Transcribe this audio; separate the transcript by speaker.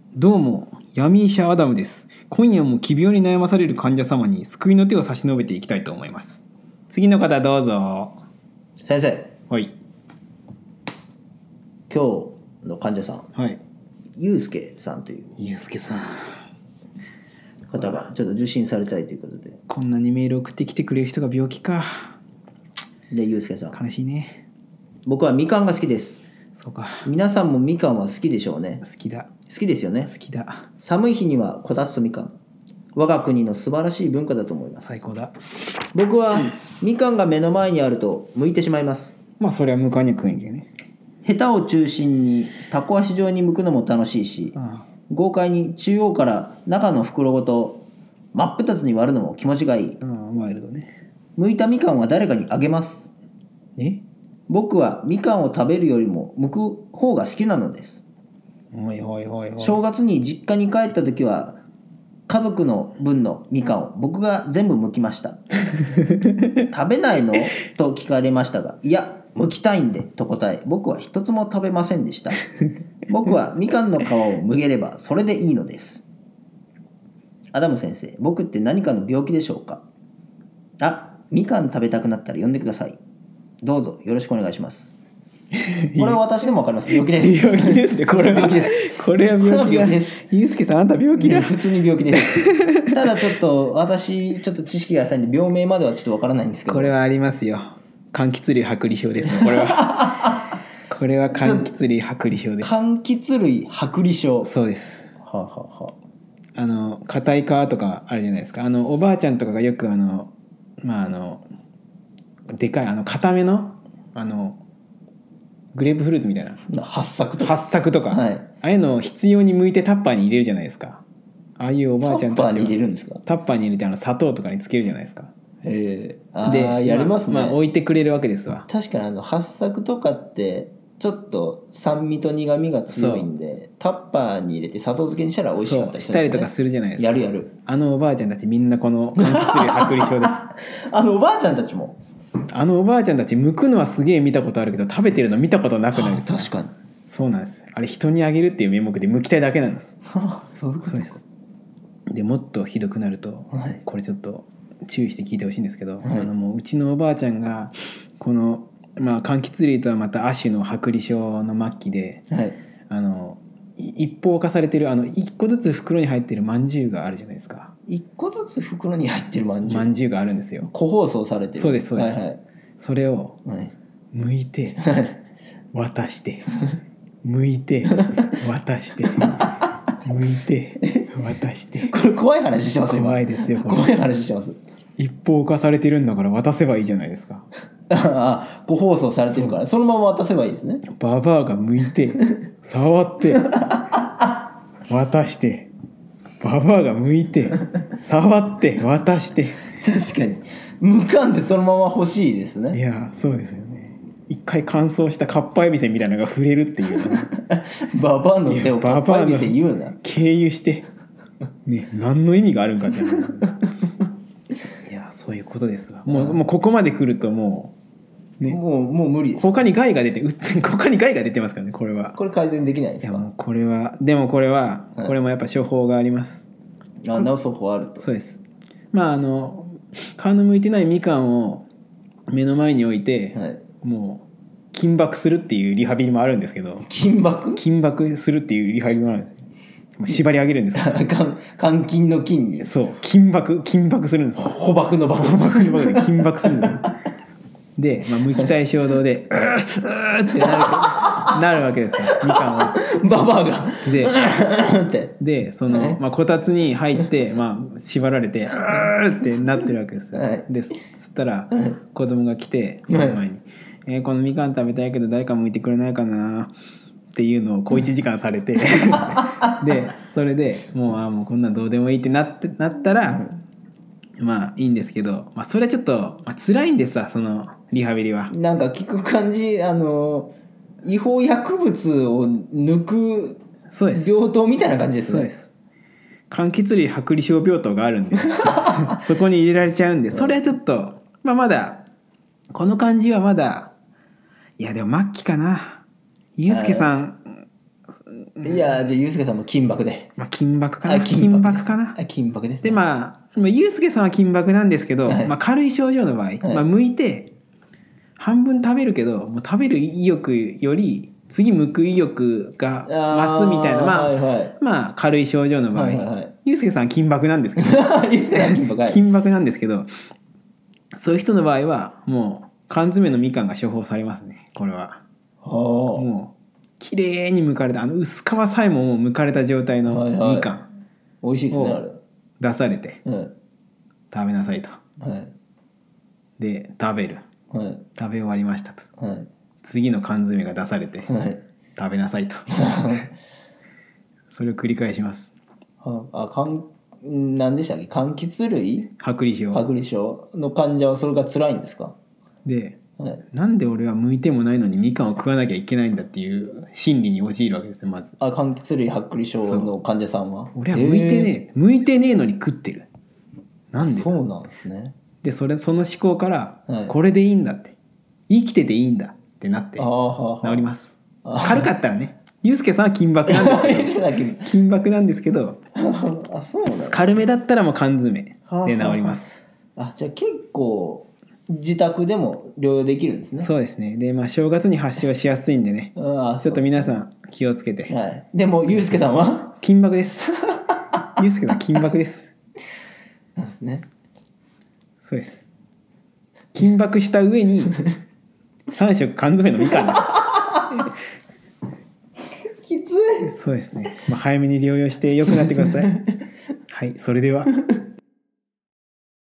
Speaker 1: どうも闇医者アダムです。今夜も奇病に悩まされる患者様に救いの手を差し伸べていきたいと思います。次の方どうぞ。
Speaker 2: 先生、
Speaker 1: はい。
Speaker 2: 今日の患者さん、
Speaker 1: はい。
Speaker 2: ゆうすけさんという
Speaker 1: ゆうすけさん、
Speaker 2: 方がちょっと受診されたいということで、
Speaker 1: こんなにメール送ってきてくれる人が病気か。
Speaker 2: でゆうすけさん、
Speaker 1: 悲しいね。
Speaker 2: 僕はみかんが好きです。
Speaker 1: そうか。
Speaker 2: 皆さんもみかんは好きでしょうね。
Speaker 1: 好きだ。
Speaker 2: 好きですよね。
Speaker 1: 好きだ。
Speaker 2: 寒い日にはこたつとみかん、我が国の素晴らしい文化だと思います。
Speaker 1: 最高だ。
Speaker 2: 僕はみかんが目の前にあると剥いてしまいます。
Speaker 1: まあそれは無かに食えんけどね。
Speaker 2: ヘタを中心にタコ足状に剥くのも楽しいし、
Speaker 1: あ
Speaker 2: 豪快に中央から中の袋ごと真っ二つに割るのも気持ちがいい。
Speaker 1: あ、ワイルドね。
Speaker 2: 剥いたみかんは誰かにあげます。僕はみかんを食べるよりも剥く方が好きなのです。
Speaker 1: おいおいおいおい。
Speaker 2: 正月に実家に帰った時は家族の分のみかんを僕が全部剥きました。食べないのと聞かれましたが、いや剥きたいんでと答え、僕は一つも食べませんでした。僕はみかんの皮を剥げればそれでいいのです。アダム先生、僕って何かの病気でしょうか？みかん食べたくなったら呼んでください。どうぞよろしくお願いします。これは私でも分かります。病気です。
Speaker 1: 病気ですね。これは
Speaker 2: 病気です。
Speaker 1: これは病気だ。
Speaker 2: です。
Speaker 1: ゆうすけさん、あんた病気だ。
Speaker 2: 普通に病気です。ただちょっと私ちょっと知識が浅いんで病名まではちょっと分からないんですけど。
Speaker 1: これはありますよ。柑橘類剥離症ですね。これは。これは柑橘類剥離症です。
Speaker 2: 柑橘類剥離症。
Speaker 1: そうです。
Speaker 2: はあ、はあは
Speaker 1: あ、硬い皮とかあるじゃないですか。おばあちゃんとかがよくでかい硬めのグレープフルーツみたいな
Speaker 2: 八朔とか。
Speaker 1: 八朔とか、
Speaker 2: はい、
Speaker 1: ああいうのを必要に剥いてタッパーに入れるじゃないですか。ああいうおばあちゃんたちは
Speaker 2: タッパーに入れるんですか？
Speaker 1: タッパーに入れて砂糖とかにつけるじゃないですか。
Speaker 2: で
Speaker 1: で
Speaker 2: やりますね。
Speaker 1: 置いてくれるわけですわ。
Speaker 2: 確かに八朔とかってちょっと酸味と苦味が強いんで、タッパーに入れて砂糖漬けにしたら美味しかったりするんですね。
Speaker 1: したりとかするじゃないですか。
Speaker 2: やる。
Speaker 1: おばあちゃんたちみんなこの柑橘類剥離症です。
Speaker 2: おばあちゃんたちも
Speaker 1: おばあちゃんたち剥くのはすげえ見たことあるけど食べてるの見たことなくないですか？
Speaker 2: 確かに
Speaker 1: そうなんです。あれ人にあげるっていう名目で剥きたいだけなんです。
Speaker 2: そういうことです。
Speaker 1: でもっとひどくなると、
Speaker 2: はい、
Speaker 1: これちょっと注意して聞いてほしいんですけど、
Speaker 2: はい、
Speaker 1: もううちのおばあちゃんがこの、柑橘類とはまた亜種の剥離症の末期で、
Speaker 2: はい、
Speaker 1: 一方化されてる一個ずつ袋に入ってるまんじゅうがあるじゃないですか。
Speaker 2: 一個ずつ袋に入ってるまんじゅう
Speaker 1: があるんですよ。
Speaker 2: 個包装されてる。
Speaker 1: そうですそうです、
Speaker 2: はいはい、
Speaker 1: それを剥いて渡して剥いて渡して剥いて渡して。
Speaker 2: これ怖い話してますよ。
Speaker 1: 怖いですよ。
Speaker 2: 怖い話してます。
Speaker 1: 一方化されてるんだから渡せばいいじゃないですか。
Speaker 2: 個包装されてるからそのまま渡せばいいですね。
Speaker 1: ババアが剥いて触って渡して、ババアが剥いて触って渡して。
Speaker 2: 確かに無感でそのまま欲しいですね。
Speaker 1: いやそうですよね。一回乾燥したかっぱえびせんみたいなのが触れるっていう、ね、
Speaker 2: ババアの手をかっぱえびせん言うな。
Speaker 1: 経由してね、何の意味があるんかっていやそういうことですわ。もうここまで来るともうね、
Speaker 2: もう無理です。
Speaker 1: 他に害が出てますからね。これ
Speaker 2: 改善できないですか？
Speaker 1: いやもうこれはでもこれは、はい、これもやっぱ処方があります。
Speaker 2: 治す方法あると。
Speaker 1: そうです。皮の剥いてないみかんを目の前に置いて、はい、もう金箔するっていうリハビリもあるんですけど。金箔するっていうリハビリもあるんです。縛り上げるんですよ。
Speaker 2: 監禁の金に。
Speaker 1: そう金箔するんですよ。
Speaker 2: 捕獲の箔
Speaker 1: で金箔するんですよ。で、剥きたい衝動でってなるわけですよ。みかんを
Speaker 2: ババアが
Speaker 1: でその、こたつに入って、縛られてってなってるわけですよ。でそしたら子供が来て目の前に、このみかん食べたいけど誰か剥いてくれないかなっていうのを小1時間されてでそれでもうこんなんどうでもいいってなったら、いいんですけど、それはちょっと、辛いんですわ、そのリハビリは。
Speaker 2: なんか聞く感じ違法薬物を抜く病棟みたいな感じですね。
Speaker 1: そうです。柑橘類剥離症病棟があるんでそこに入れられちゃうんで、それはちょっとまだこの感じはまだ、いやでも末期かな。ゆうすけさん
Speaker 2: いやじゃあユうスケさんも金箔で。
Speaker 1: まあ金箔かな。
Speaker 2: 金箔
Speaker 1: かな。
Speaker 2: 金箔ですね。
Speaker 1: でまあユうスケさんは金箔なんですけど、
Speaker 2: はい
Speaker 1: まあ軽い症状の場合、
Speaker 2: はい
Speaker 1: まあ剥いて半分食べるけどもう食べる意欲より次剥く意欲が増すみたいなまあ、
Speaker 2: はいはい、
Speaker 1: まあ軽い症状の場合、
Speaker 2: はいはいはい、
Speaker 1: ユうスケさんは金箔なんですけど
Speaker 2: ユうスケさんは金箔、はい、
Speaker 1: 金箔なんですけど、そういう人の場合はもう缶詰のみかんが処方されますね。これはもう綺麗に剥かれた薄皮さえももう剥かれた状態のみかん、
Speaker 2: 美味しいですねあれ。
Speaker 1: 出されて、
Speaker 2: はい、
Speaker 1: 食べなさいと、
Speaker 2: はい、
Speaker 1: で食べる、
Speaker 2: はい、
Speaker 1: 食べ終わりましたと、
Speaker 2: はい、
Speaker 1: 次の缶詰が出されて、
Speaker 2: はい、
Speaker 1: 食べなさいとそれを繰り返します。
Speaker 2: 何でしたっけ、柑橘類
Speaker 1: 剥離
Speaker 2: 症の患者はそれが辛いんですか。
Speaker 1: で、
Speaker 2: はい、
Speaker 1: なんで俺は剥いてもないのにみかんを食わなきゃいけないんだっていう心理に陥るわけですよ。まず
Speaker 2: 柑橘類剥離症の患者さんは
Speaker 1: 俺は剥いてねえのに食ってる、なんで。
Speaker 2: そうなんですね。
Speaker 1: でその思考から、
Speaker 2: はい、
Speaker 1: これでいいんだって、生きてていいんだってなって治ります。軽かったらね。ユうスケさんは金箔なんですけど金箔なんですけど
Speaker 2: あ、そうなんですね。
Speaker 1: 軽めだったらもう缶詰で治ります。
Speaker 2: じゃあ結構自宅でも療養できるんですね。
Speaker 1: そうですね。でまあ正月に発症しやすいんでね、ちょっと皆さん気をつけて。
Speaker 2: はい、でもユうスケさんは
Speaker 1: 金箔ですユうスケさん金箔です
Speaker 2: なんですね。
Speaker 1: そうです。金箔した上に3食缶詰のみかんです
Speaker 2: きつい。
Speaker 1: そうですね、まあ、早めに療養して良くなってくださいはい、それでは。